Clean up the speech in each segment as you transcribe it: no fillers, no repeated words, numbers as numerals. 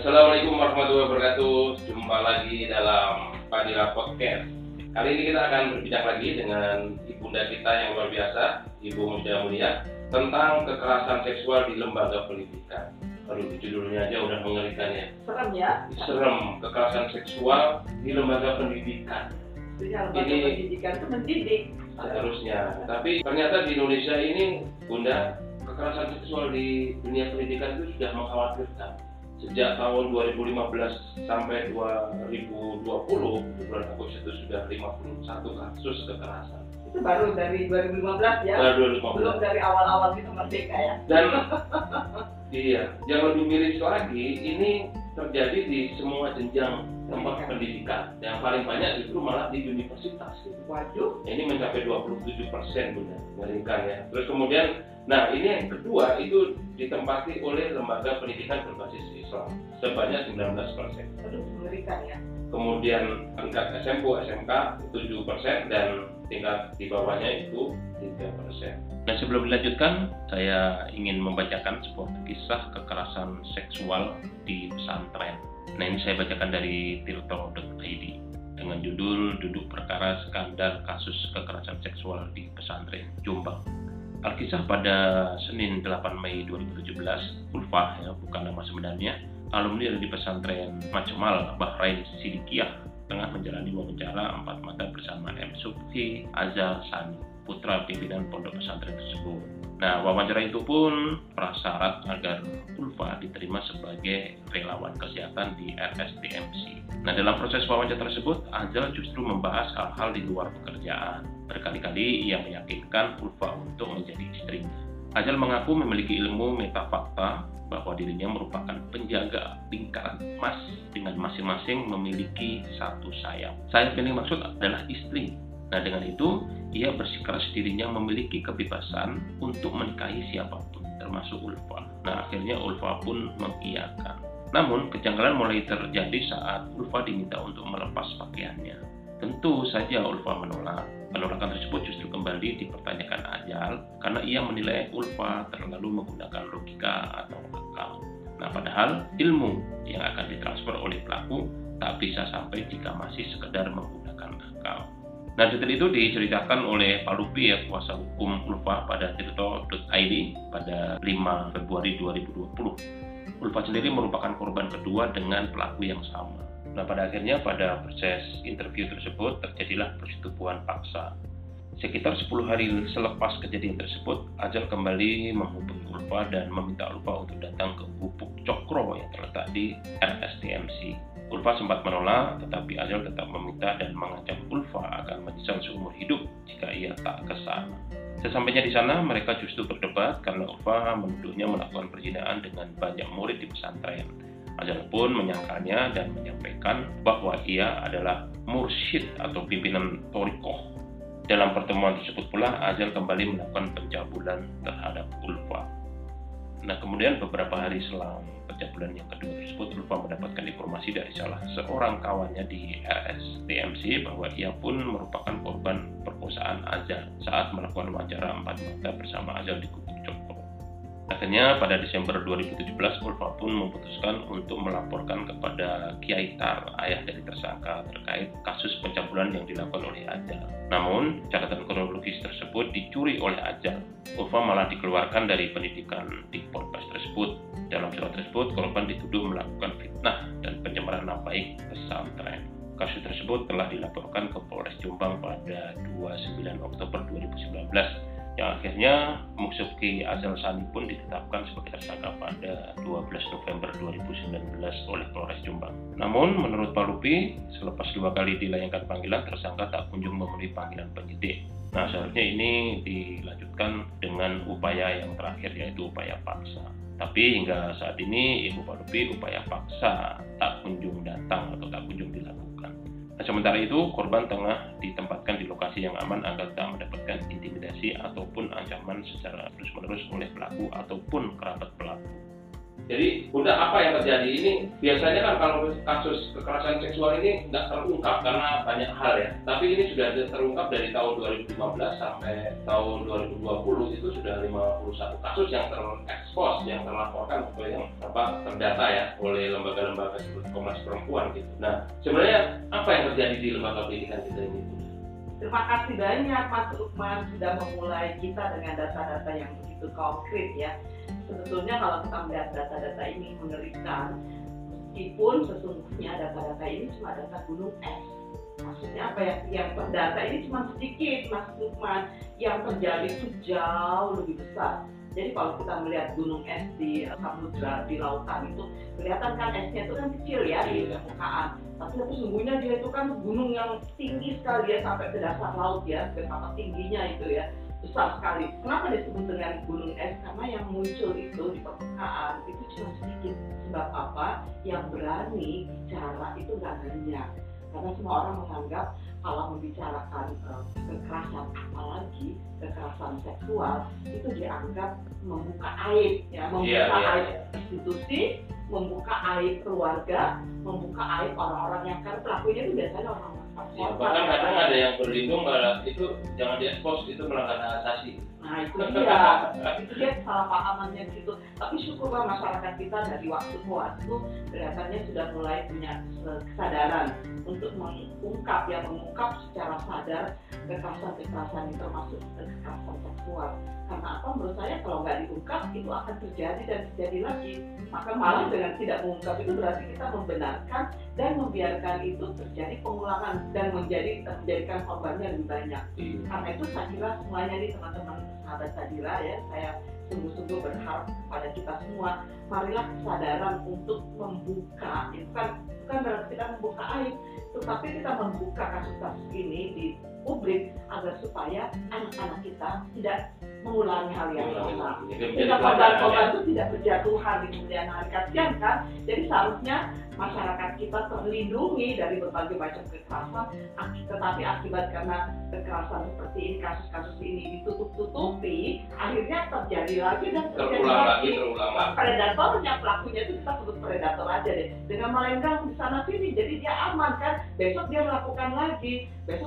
Assalamualaikum warahmatullahi wabarakatuh. Jumpa lagi dalam Fadila Podcast. Kali ini kita akan berbincang lagi dengan ibunda kita yang luar biasa, Ibu Musda Mulia, tentang kekerasan seksual di lembaga pendidikan. Aduh, judulnya aja udah mengerikan ya. Serem ya? Serem, kekerasan seksual di lembaga pendidikan. Lembaga pendidikan itu mendidik. Seharusnya. Tapi ternyata di Indonesia ini, Bunda, kekerasan seksual di dunia pendidikan itu sudah mengkhawatirkan. Sejak tahun 2015 sampai 2020, di bulan Agustus itu sudah 51 kasus kekerasan. Itu baru dari 2015 ya? Baru 2015. Belum dari awal-awal kita merdeka ya? Dan iya, yang lebih miris lagi, ini terjadi di semua jenjang tempat pendidikan. Yang paling banyak justru malah di universitas. Waduh. Ini mencapai 27%, Bunda. Mengerikan ya. Terus kemudian, nah ini yang kedua itu ditempati oleh lembaga pendidikan berbasis Islam sebanyak 19%. Aduh, mengerikan ya. Kemudian tingkat SMP, SMK 7% dan tingkat di bawahnya itu 3%. Nah, sebelum dilanjutkan, saya ingin membacakan sebuah kisah kekerasan seksual di pesantren. Nah, ini saya bacakan dari tirto.id dengan judul Duduk Perkara Skandal Kasus Kekerasan Seksual di Pesantren Jombang. Alkisah pada Senin 8 Mei 2017, Ulfa, ya, bukan nama sebenarnya, alumni dari pesantren Majmal Bahrain Sidikiyah tengah menjalani wawancara 4 mata bersama M. Subhi Azhar Sani, putra pimpinan pondok pesantren tersebut. Nah, wawancara itu pun prasyarat agar Ulfa diterima sebagai relawan kesehatan di RSTMC. Nah, dalam proses wawancara tersebut, Azhar justru membahas hal-hal di luar pekerjaan. Berkali-kali ia meyakinkan Ulfa untuk menjadi istrinya. Azhar mengaku memiliki ilmu metafakta bahwa dirinya merupakan penjaga lingkaran emas dengan masing-masing memiliki satu sayap. Sayap yang dimaksud adalah istri. Nah, dengan itu, ia bersikeras dirinya memiliki kebebasan untuk menikahi siapapun, termasuk Ulfa. Nah, akhirnya Ulfa pun mengiyakan. Namun, kejanggalan mulai terjadi saat Ulfa diminta untuk melepas pakaiannya. Tentu saja Ulfa menolak. Penolakan tersebut justru kembali dipertanyakan Azhar karena ia menilai Ulfa terlalu menggunakan logika atau akal. Nah, padahal ilmu yang akan ditransfer oleh pelaku tak bisa sampai jika masih sekedar menggunakan akal. Nah, detail itu diceritakan oleh Pak Lupi, ya, kuasa hukum Ulfa pada tirto.id pada 5 Februari 2020. Ulfa sendiri merupakan korban kedua dengan pelaku yang sama. Nah, pada akhirnya pada proses interview tersebut terjadilah persetubuhan paksa. Sekitar 10 hari selepas kejadian tersebut, Azhar kembali menghubungi Ulfa dan meminta Ulfa untuk datang ke Gubuk Cokro yang terletak di RSTMC. Ulfa sempat menolak, tetapi Azhar tetap meminta dan mengancam Ulfa akan menyesal seumur hidup jika ia tak ke sana. Sesampainya di sana, mereka justru berdebat karena Ulfa menuduhnya melakukan perzinahan dengan banyak murid di pesantren. Azhar pun menyangkalnya dan menyampaikan bahwa ia adalah mursyid atau pimpinan thariqah. Dalam pertemuan tersebut pula, Azhar kembali melakukan pencabulan terhadap Ulfa. Nah, kemudian beberapa hari selang pencabulan yang kedua tersebut, Ulfa mendapatkan informasi dari salah seorang kawannya di RSTMC bahwa ia pun merupakan korban perkosaan Azhar saat melakukan wawancara 4 mata bersama Azhar di Gubuk Cokro. Akhirnya pada Desember 2017, Ulfa pun memutuskan untuk melaporkan kepada Kiai Tar, ayah dari tersangka, terkait kasus pencabulan yang dilakukan oleh Azhar. Namun, catatan kronologis tersebut dicuri oleh Azhar. Ulfa malah dikeluarkan dari pendidikan di ponpes tersebut. Dalam surat tersebut, korban dituduh melakukan fitnah dan pencemaran nama baik pesantren. Kasus tersebut telah dilaporkan ke Polres Jombang pada 29 Oktober 2019. Yang akhirnya Subhi Azhar Sani pun ditetapkan sebagai tersangka pada 12 November 2019 oleh Polres Jombang. Namun, menurut Pak Lupi, selepas 2 kali dilayangkan panggilan, tersangka tak kunjung memenuhi panggilan penyidik. Nah, seharusnya ini dilanjutkan dengan upaya yang terakhir, yaitu upaya paksa. Tapi hingga saat ini, Ibu Pak Lupi, upaya paksa tak kunjung datang atau tak kunjung dilakukan. Nah, sementara itu, korban tengah ditempatkan di lokasi yang aman agar tak mendapatkan intimidasi ataupun ancaman secara terus-menerus oleh pelaku ataupun kerabat pelaku. Jadi udah apa yang terjadi ini biasanya kan kalau kasus kekerasan seksual ini nggak terungkap karena banyak hal ya. Tapi ini sudah terungkap dari tahun 2015 sampai tahun 2020 itu sudah 51 kasus yang terekspos, yang terlaporkan atau yang terdata ya oleh lembaga-lembaga seperti Komnas Perempuan gitu. Nah sebenarnya apa yang terjadi di lembaga pendidikan kita ini? Terima kasih banyak Mas Lukman sudah memulai kita dengan data-data yang begitu konkret ya. Sebetulnya kalau kita melihat data-data ini mengerikan, meskipun sesungguhnya data-data ini cuma data gunung es. Maksudnya apa ya? Yang terdata ini cuma sedikit Mas Lukman, yang terjadi itu jauh lebih besar. Jadi kalau kita melihat gunung es di samudra, di lautan itu kelihatan kan esnya itu kan kecil ya di permukaan. Tapi sesungguhnya dia itu kan gunung yang tinggi sekali ya sampai ke dasar laut ya, betapa tingginya itu ya. Besar sekali. Kenapa disebut dengan gunung es? Karena yang muncul itu di permukaan itu cuma sedikit. Sebab apa? Yang berani bicara itu nggak banyak. Karena semua orang menganggap kalau membicarakan kekerasan, apalagi kekerasan seksual, itu dianggap membuka aib, ya, membuka aib institusi, membuka aib keluarga, membuka aib orang-orang yang kan pelakunya itu biasanya orang-orang. Ya, bahkan kadang ada yang berlindung itu jangan diekspos, itu melanggar hak asasi. Nah itu dia salah pahamannya gitu. Tapi syukurlah masyarakat kita dari waktu ke waktu kelihatannya sudah mulai punya kesadaran untuk mengungkap secara sadar kekerasan ini termasuk kekerasan seksual. Karena apa? Menurut saya kalau nggak diungkap itu akan terjadi dan terjadi lagi. Maka malah dengan tidak mengungkap itu berarti kita membenarkan dan membiarkan itu terjadi pengulangan dan menjadikan korbannya lebih banyak. Karena itu saya kira semuanya nih teman-teman sahabat Sadila ya, saya sungguh-sungguh berharap kepada kita semua, marilah kesadaran untuk membuka, itu kan berarti kita membuka aib, tetapi kita membuka kasus-kasus ini di publik agar supaya anak-anak kita tidak mengulangi hal yang sama. Sehingga korban-korban itu tidak berjatuhan di kemudian hari. Kasihan kan? Jadi seharusnya masyarakat kita terlindungi dari berbagai macam kekerasan, tetapi akibat karena kekerasan seperti ini, kasus-kasus ini ditutup-tutupi, akhirnya terjadi lagi dan terulang lagi. Predatornya, pelakunya itu kita sebut predator aja deh, dengan melenggang di sana sini, jadi dia aman kan, besok dia melakukan lagi,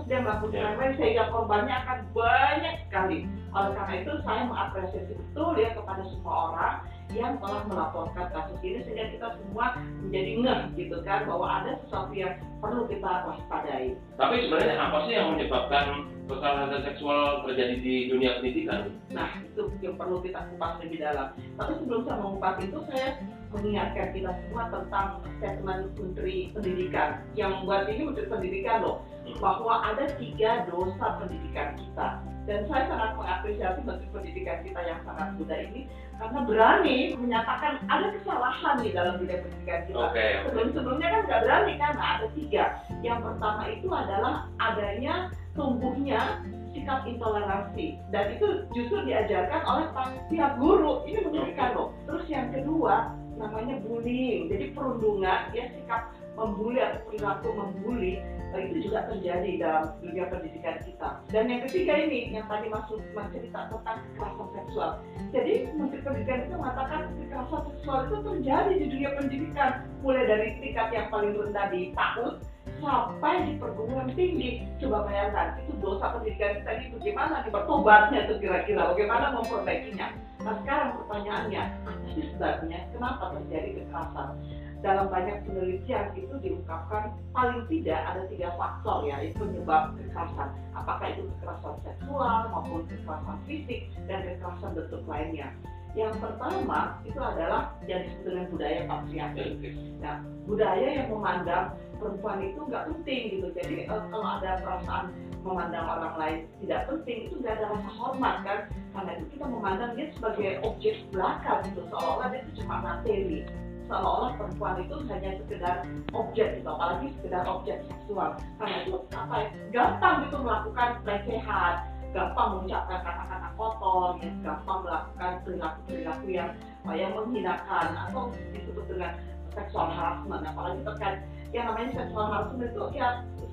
sehingga korbannya akan banyak sekali. Oleh karena itu saya mengapresiasi betul ya kepada semua orang yang telah melaporkan kasus ini, sehingga kita semua menjadi ngeh gitu kan bahwa ada sesuatu yang perlu kita waspadai. Tapi sebenarnya apa sih yang menyebabkan kekerasan seksual terjadi di dunia pendidikan? Nah itu yang perlu kita kupas lebih dalam. Tapi sebelum saya mengupas itu, saya mengingatkan kita semua tentang statement Menteri Pendidikan yang membuat ini Menteri Pendidikan loh, bahwa ada 3 dosa pendidikan kita. Dan saya sangat mengapresiasi Menteri Pendidikan kita yang sangat muda ini karena berani menyatakan ada kesalahan di dalam dunia pendidikan kita. Sebelum-sebelumnya kan nggak berani kan. Nah, ada 3. Yang pertama itu adalah adanya tumbuhnya sikap intoleransi, dan itu justru diajarkan oleh pihak guru. Ini mengerikan loh. Terus yang kedua namanya bullying, jadi perundungan, ya, sikap membuli atau perilaku membuli, itu juga terjadi dalam dunia pendidikan kita. Dan yang ketiga ini, yang tadi masuk cerita tentang kekerasan seksual. Jadi Menteri Pendidikan itu mengatakan kekerasan seksual itu terjadi di dunia pendidikan, mulai dari tingkat yang paling rendah di PAUD sampai di perguruan tinggi. Coba bayangkan, itu dosa pendidikan kita ini bagaimana bertobatnya itu kira-kira, bagaimana memperbaikinya. Nah sekarang pertanyaannya, apa sih sebabnya kenapa terjadi kekerasan? Dalam banyak penelitian itu diungkapkan paling tidak ada 3 faktor ya, itu penyebab kekerasan. Apakah itu kekerasan seksual maupun kekerasan fisik dan kekerasan bentuk lainnya. Yang pertama itu adalah yang disebut dengan budaya patriarki. Nah, budaya yang memandang perempuan itu nggak penting gitu. Jadi kalau ada perasaan memandang orang lain tidak penting, itu nggak ada rasa hormat kan. Karena itu kita memandang dia sebagai objek belaka gitu, seolah-olah dia itu cuma materi. Seolah-olah perempuan itu hanya sekedar objek gitu, apalagi sekedar objek seksual. Karena itu gampang gitu melakukan pelecehan, gampang mengucapkan kata-kata kotor, ya, gampang melakukan perilaku-perilaku yang menghinakan atau disebut dengan sexual harassment. Apalagi terkait yang namanya sexual harassment itu ya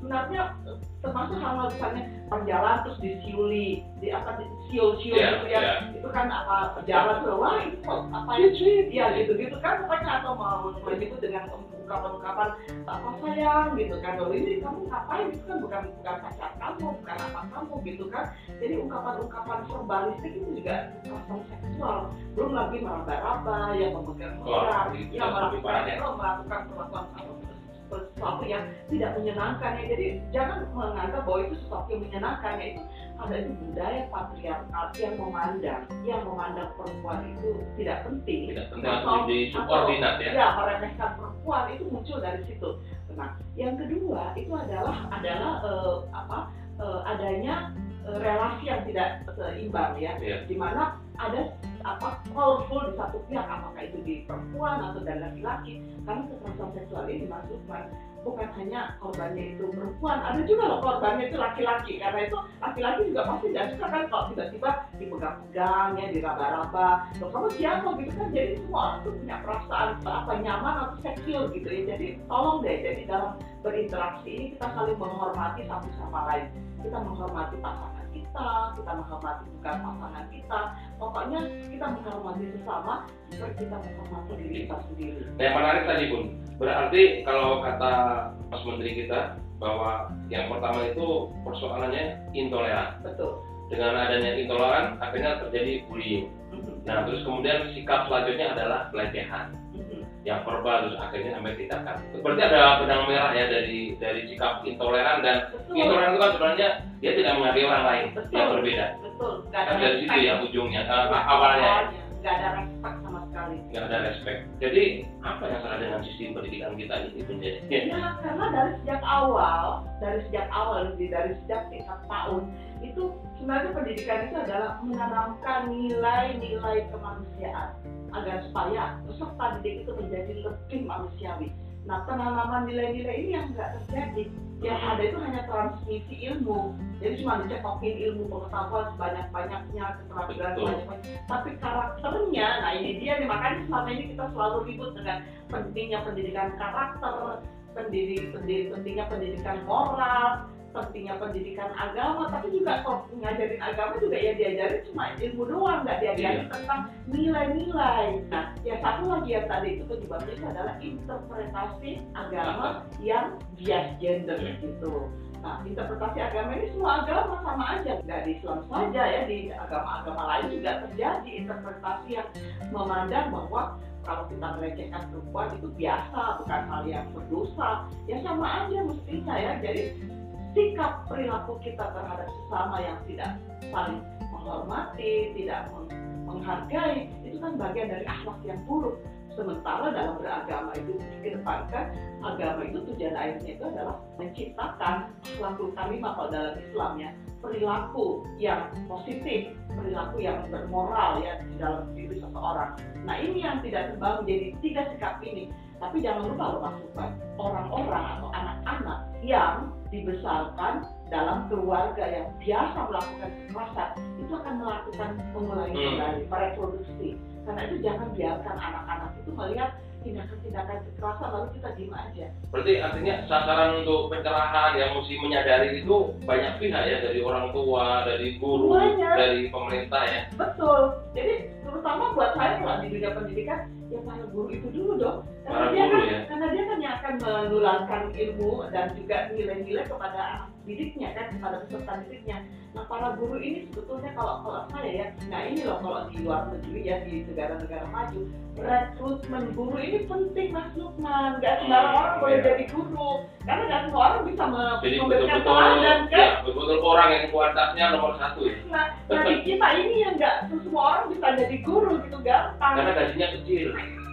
sebenarnya termasuk hal misalnya perjalanan terus disiuli, siul gitu ya, itu kan apa jalan tuh, wah itu apa ya gitu kan pokoknya, atau mau menyebut dengan ungkapan-ungkapan apa sayang gitu kan, loh ini kamu ngapain, itu kan bukan pacar kamu, bukan apa kamu gitu kan. Jadi ungkapan-ungkapan verbalistik itu juga kekerasan seksual, belum lagi meraba-raba, yang memegang orang, yang melakukan perlakuan sesuatu yang tidak menyenangkan ya. Jadi jangan menganggap bahwa itu sesuatu yang menyenangkan ya. Itu ada di budaya patriarkal yang memandang perempuan itu tidak penting atau di subordinat ya, meremehkan perempuan, itu muncul dari situ. Nah, yang kedua itu adalah adanya relasi yang tidak seimbang ya, di mana ada powerful di satu pihak, apakah itu di perempuan atau dan laki-laki. Karena kekerasan seksual ini dimaksudkan bukan hanya korbannya itu perempuan, ada juga loh korbannya itu laki-laki. Karena itu laki-laki juga pasti tidak suka kan kalau tiba-tiba dipegang-pegang ya, diraba-raba, loh kamu siapa gitu kan. Jadi semua orang tuh punya perasaan nyaman atau seksual gitu ya. Jadi tolong deh, jadi dalam berinteraksi ini kita saling menghormati satu sama lain. Kita menghormati pasangan kita menghormati bukan pasangan kita, pokoknya kita menghormati sesama seperti kita menghormati diri kita sendiri. Nah, yang menarik tadi Bun, berarti kalau kata Mas Menteri kita bahwa yang pertama itu persoalannya intoleran. Betul. Dengan adanya intoleran akhirnya terjadi bullying. Nah, terus kemudian sikap selanjutnya adalah pelecehan. Yang verbal, terus akhirnya sampai tindakan. Berarti ada benang merah ya dari sikap intoleran, dan intoleran itu kan sebenarnya dia tidak menghargai orang lain yang berbeda. Betul. Kan dari situ ya ujungnya, awalnya. Nggak ada respect sama sekali. Nggak ada respect. Jadi apa yang salah dengan sistem pendidikan kita ini menjadi? Ya karena dari sejak awal, dari sejak tingkat tahun itu sebenarnya pendidikan itu adalah menanamkan nilai-nilai kemanusiaan agar supaya peserta didik itu menjadi lebih manusiawi. Nah, penanaman nilai-nilai ini yang nggak terjadi. Yang ada itu hanya transmisi ilmu. Jadi cuma dicekokin ilmu pengetahuan sebanyak-banyaknya, keterampilan sebanyak-banyaknya. Tapi karakternya, nah ini dia nih, makanya selama ini kita selalu ribut dengan pentingnya pendidikan karakter, pentingnya pendidikan moral, pentingnya pendidikan agama. Tapi juga kalau ngajarin agama juga ya diajarin cuma ilmu doang, nggak diajarin tentang nilai-nilai. Nah, yang satu lagi yang tadi itu penyebabnya itu adalah interpretasi agama yang bias gender gitu. Nah, interpretasi agama ini semua agama sama aja, nggak di Islam saja ya, di agama-agama lain juga terjadi interpretasi yang memandang bahwa kalau kita melecehkan perempuan itu biasa, bukan hal yang berdosa. Ya sama aja mestinya ya. Jadi sikap perilaku kita terhadap sesama yang tidak saling menghormati, tidak menghargai, itu kan bagian dari akhlak yang buruk. Sementara dalam beragama itu dikedepankan, agama itu tujuan akhirnya itu adalah menciptakan akhlakul karimah kalau dalam Islamnya, perilaku yang positif, perilaku yang bermoral ya di dalam diri seseorang. Nah ini yang tidak terbangun, jadi 3 sikap ini. Tapi jangan lupa loh masukkan orang-orang atau anak-anak yang dibesarkan dalam keluarga yang biasa melakukan kekerasan, itu akan melakukan mengulangi kembali, mereproduksi. Karena itu jangan biarkan anak-anak itu melihat tindakan-tindakan kekerasan lalu kita diem aja. Berarti artinya sasaran untuk pencerahan yang mesti menyadari itu banyak pihak ya, dari orang tua, dari guru, dari pemerintah ya. Betul. Jadi terutama buat saya kalau di dunia pendidikan ya para guru itu dulu dong. Karena dia kan yang akan menularkan ilmu dan juga nilai-nilai kepada anak didiknya kan, kepada peserta didiknya. Nah para guru ini sebetulnya kalau saya ya, nah ini loh kalau di luar negeri ya, di negara-negara maju, rekrutmen guru ini penting Mas Lukman. Gak sembarang orang boleh jadi guru, karena gak semua orang bisa memberikan teladan kan. Ya, betul-betul orang yang kualitasnya nomor 1 ya. Nah di kita ini yang gak semua orang bisa jadi guru gitu, gampang. Karena gajinya kecil.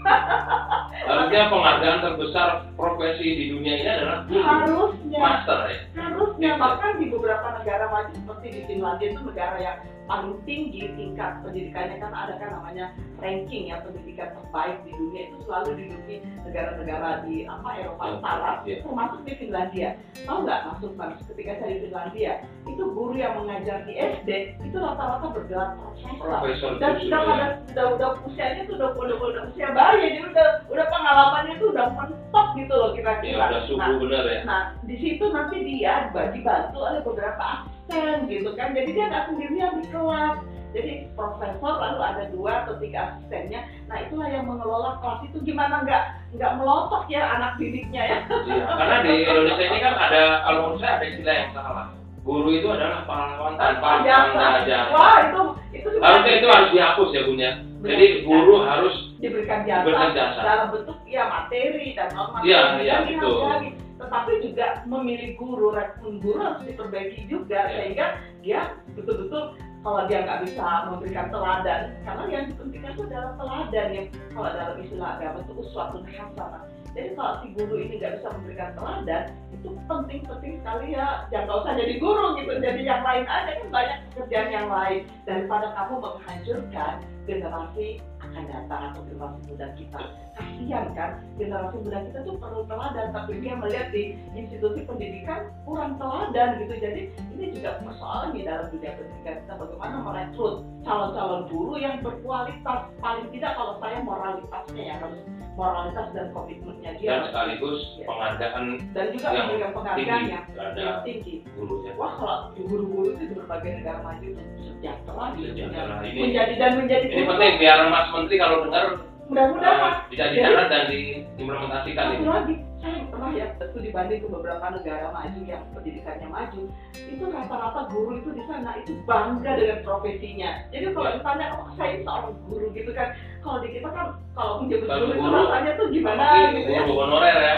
Harusnya penghargaan terbesar profesi di dunia ini adalah guru. Harusnya. Master ya. Harusnya, bahkan di beberapa negara maju seperti di Finlandia itu negara yang paling tinggi tingkat pendidikannya, kan ada kan namanya ranking ya, pendidikan terbaik di dunia itu selalu diduduki negara-negara di Eropa Utara, termasuk di Finlandia. Tahu nggak Mas Lukman, ketika saya di Finlandia itu guru yang mengajar di SD itu rata-rata bergelar profesor dan sudah usianya tuh udah usia bayi, jadi udah pengalamannya tuh udah stop gitu loh Ya kira-kira. udah subuh bener ya. Nah, di situ nanti dia dibantu oleh beberapa asisten gitu kan. Jadi dia nggak sendirian di kelas. Jadi profesor lalu ada 2 atau 3 asistennya. Nah itulah yang mengelola kelas itu gimana nggak melotot ya anak didiknya ya. Iya, karena di Indonesia ini kan ada, kalau menurut saya ada istilah yang salah. Guru itu adalah pahlawan tanpa tanda jasa. Wah itu Harusnya itu harus dihapus ya Bun ya. Jadi guru harus diberikan diberikan jasa jasa. dalam bentuk ya materi dan norma. Iya, betul. Tetapi juga memilih guru, rekrutmen guru harus diperbaiki juga sehingga dia betul-betul kalau dia nggak bisa memberikan teladan, karena yang dipentingkan itu adalah teladan yang kalau dalam istilah agama itu uswatun hasanah. Jadi kalau si guru ini nggak bisa memberikan teladan, itu penting sekali ya. Jangan nggak usah jadi guru gitu, jadi yang lain aja kan banyak pekerjaan yang lain daripada kamu menghancurkan generasi akan datang atau generasi muda kita. Kasihan kan, generasi muda kita tuh perlu teladan, tapi dia melihat di institusi pendidikan kurang teladan gitu. Jadi ini juga persoalan di dalam dunia pendidikan kita, bagaimana merekrut calon-calon guru yang berkualitas. Paling tidak kalau saya moralitasnya ya harus moralitas dan komitmennya dia. Dan sekaligus penghargaan dan juga memberikan penghargaan yang tinggi. Guru ya. Wah kalau guru-guru itu di berbagai negara maju itu sejahtera gitu. Menjadi ini penting biar Mas Menteri kalau dengar mudah-mudahan bisa dicatat dan diimplementasikan ini. Lagi, saya pernah ya studi banding ke beberapa negara maju yang pendidikannya maju, itu rata-rata guru itu di sana itu bangga dengan profesinya. Jadi kalau ditanya, oh saya ini seorang guru gitu kan, kalau di kita kan kalau menjadi guru itu rasanya tuh gimana gitu ya. Guru honorer ya.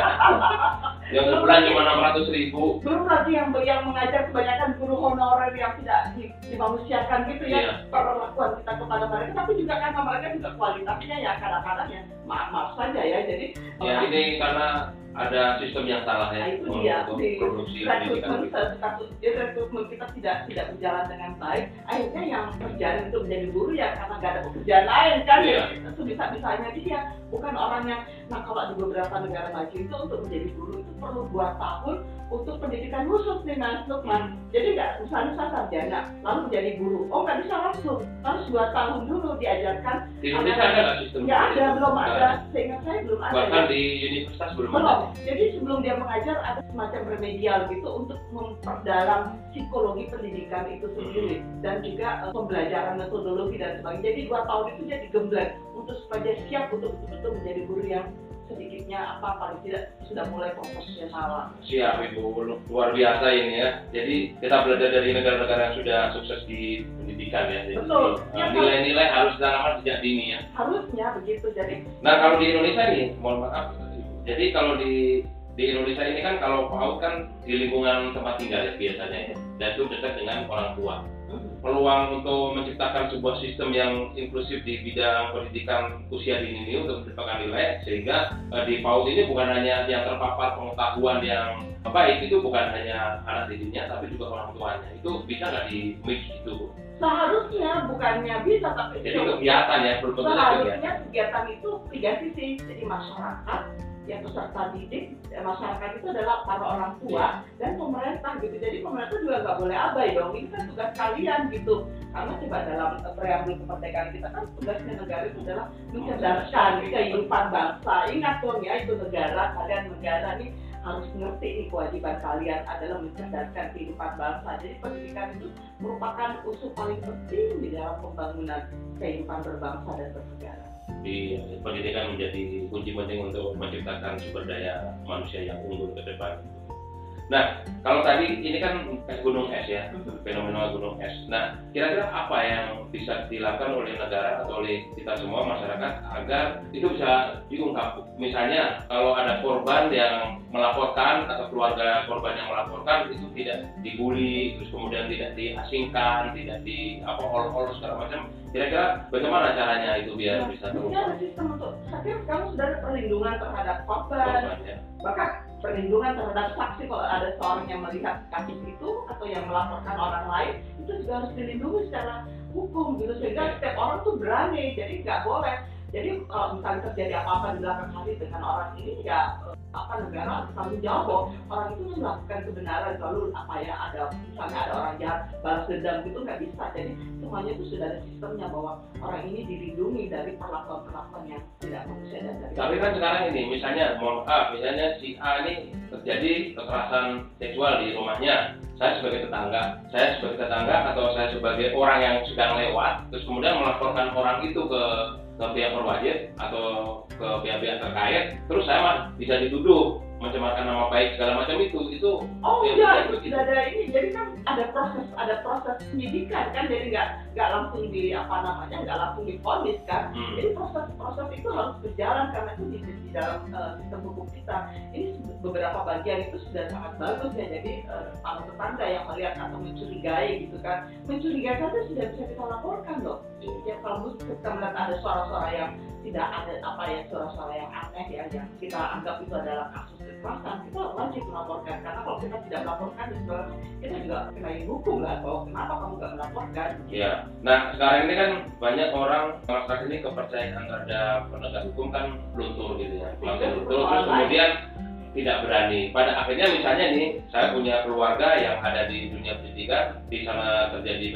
Yang sebulan cuma 600.000. Belum lagi yang mengajar kebanyakan guru honorer yang tidak dimanusiakan gitu ya perlakuan kita kepada mereka, tapi juga karena mereka juga kualitasnya ya kadang-kadang ya maaf saja ya. Jadi ya ini karena ada sistem yang salah ya itu dia di produksi pendidikan. Rekrutmen kita tidak berjalan dengan baik. Akhirnya yang berjalan itu menjadi guru ya karena nggak ada pekerjaan lain kan. Itu bisa-bisanya dia bukan orang yang. Nah kalau di beberapa negara maju itu untuk menjadi guru itu perlu 2 tahun untuk pendidikan khusus nih Mas Lukman. Jadi nggak misalnya sarjana lalu menjadi guru. Oh nggak bisa langsung, harus 2 tahun dulu diajarkan. Di Indonesia ada nggak sistem? Nggak ada, belum ada. Seingat saya belum ada. Bahkan di universitas belum ada. Jadi sebelum dia mengajar ada semacam remedial gitu untuk memperdalam psikologi pendidikan itu sendiri dan juga pembelajaran metodologi dan sebagainya. Jadi 2 tahun itu jadi gembleng untuk supaya dia siap untuk betul-betul menjadi guru yang sedikitnya paling tidak sudah mulai profesional. Siap Ibu, luar biasa ini ya. Jadi kita belajar dari negara-negara yang sudah sukses di pendidikan ya. Jadi, betul. Nilai-nilai harus ditanamkan sejak dini ya. Harusnya begitu. Jadi. Nah kalau di Indonesia nih, mohon maaf. Jadi kalau di Indonesia ini kan kalau PAUD kan di lingkungan tempat tinggal ya biasanya ya. Dan itu dekat dengan orang tua. Peluang untuk menciptakan sebuah sistem yang inklusif di bidang pendidikan usia dini ini untuk menciptakan nilai sehingga di PAUD ini bukan hanya yang terpapar pengetahuan yang baik itu bukan hanya anak didiknya tapi juga orang tuanya. Itu bisa nggak di mix itu? Seharusnya bukannya bisa tapi jadi kegiatan ya belum tentu seharusnya kegiatan itu 3 sisi. Jadi masyarakat yang peserta didik, masyarakat itu adalah para orang tua dan pemerintah gitu. Jadi pemerintah juga nggak boleh abai dong. Ini kan tugas kalian gitu. Karena coba dalam preambul kemerdekaan kita kan tugasnya negara itu adalah mencerdaskan kehidupan bangsa. Ingat dong ya itu negara, kalian negara nih harus ngerti nih kewajiban kalian adalah mencerdaskan kehidupan bangsa. Jadi pendidikan itu merupakan unsur paling penting di dalam pembangunan kehidupan berbangsa dan bernegara. Di pendidikan menjadi kunci penting untuk menciptakan sumber daya manusia yang unggul ke depan. Nah, kalau tadi ini kan gunung es ya, fenomena gunung es. Nah, kira-kira apa yang bisa dilakukan oleh negara atau oleh kita semua masyarakat agar itu bisa diungkap? Misalnya, kalau ada korban yang melaporkan atau keluarga korban yang melaporkan itu tidak dibully, terus kemudian tidak diasingkan, tidak ol-ol segala macam. Kira-kira bagaimana caranya itu biar bisa Ada terungkap? sistem untuk, tapi sekarang sudah ada perlindungan terhadap korban, bahkan perlindungan terhadap saksi kalau ada seorang yang melihat kasus itu atau yang melaporkan orang lain itu juga harus dilindungi secara hukum gitu sehingga setiap orang tuh berani. Jadi nggak boleh. Jadi kalau misalnya terjadi apa-apa di belakang hari dengan orang ini ya negara bertanggung jawab bahwa orang itu melakukan kebenaran, selalu ada misalnya ada orang jahat balas dendam gitu, nggak bisa. Jadi semuanya itu sudah ada sistemnya bahwa orang ini dilindungi dari perlakuan-perlakuan yang tidak manusia dan dari. Tapi kan sekarang ini misalnya misalnya si A ini terjadi kekerasan seksual di rumahnya, saya sebagai tetangga atau saya sebagai orang yang sedang lewat, terus kemudian melaporkan orang itu ke pihak berwajib atau ke pihak-pihak terkait, terus saya bisa dituduh mencemarkan nama baik segala macam itu itu tidak ada ini. Jadi kan ada proses penyidikan kan, jadi nggak langsung nggak langsung divonis kan. Jadi proses itu harus berjalan karena itu di dalam sistem hukum kita ini beberapa bagian itu sudah sangat bagus ya. Jadi para tetangga yang melihat atau mencurigai gitu kan, mencurigai saja sudah bisa kita laporkan loh. Ya kalau kita melihat ada suara-suara yang tidak ada suara-suara yang aneh ya, yang kita anggap itu adalah kasus kekerasan, kita wajib melaporkan. Karena kalau kita tidak melaporkan, kita juga kena hukum lah. Bahwa kenapa kamu nggak melaporkan? Iya. Nah sekarang ini kan banyak orang masyarakat ini kepercayaan terhadap penegak hukum kan luntur gitu ya. Terus kemudian tidak berani. Pada akhirnya misalnya nih, saya punya keluarga yang ada di dunia pendidikan, di sana terjadi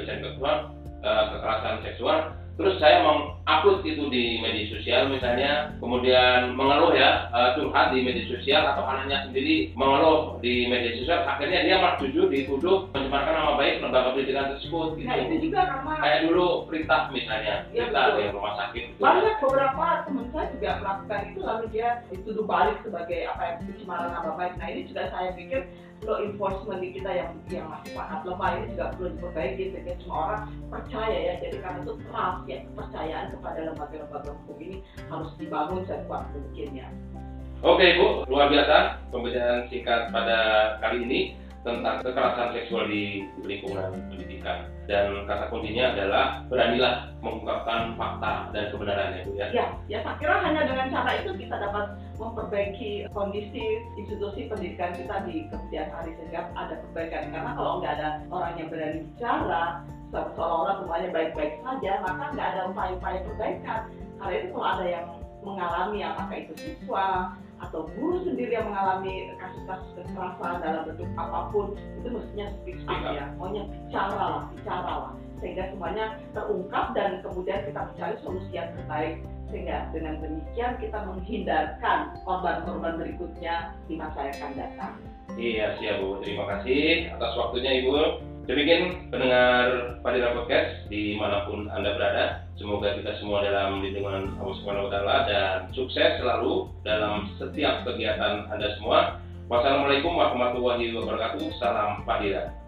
kekerasan seksual. Terus saya mengupload itu di media sosial misalnya, kemudian mengeluh curhat di media sosial, atau anaknya sendiri mengeluh di media sosial, akhirnya dia malah dituduh mencemarkan nama baik lembaga pendidikan tersebut. Gitu. Nah itu juga karena kayak dulu perintah misalnya, dari rumah sakit. Banyak beberapa teman saya juga melakukan itu, lalu dia dituduh balik sebagai pencemaran nama baik. Nah ini juga saya pikir law enforcement di kita yang masih sangat lemah ini juga perlu diperbaiki sehingga semua orang percaya ya. Jadi karena itu trust ya, kepercayaan kepada lembaga-lembaga hukum ini harus dibangun sekuat mungkin ya. Oke Bu, luar biasa pembicaraan singkat pada kali ini tentang kekerasan seksual di lingkungan pendidikan, dan kata kuncinya adalah beranilah mengungkapkan fakta dan kebenarannya Bu ya. Ya saya kira hanya dengan cara itu kita dapat memperbaiki kondisi institusi pendidikan kita di kemudian hari sehingga ada perbaikan. Karena kalau nggak ada orang yang berani bicara, seolah-olah semuanya baik-baik saja, maka nggak ada upaya-upaya perbaikan. Karena itu kalau ada yang mengalami apakah itu siswa atau guru sendiri yang mengalami kasus-kasus kekerasan dalam bentuk apapun, itu mestinya speak up ya, maunya bicara lah, sehingga semuanya terungkap dan kemudian kita mencari solusi yang terbaik, sehingga dengan demikian kita menghindarkan korban-korban berikutnya di masa yang akan datang. Iya siap Bu, terima kasih atas waktunya Ibu. Demikian pendengar Padira Podcast dimanapun Anda berada. Semoga kita semua dalam lindungan Allah Subhanahu wa Ta'ala dan sukses selalu dalam setiap kegiatan Anda semua. Wassalamualaikum warahmatullahi wabarakatuh. Salam Padira.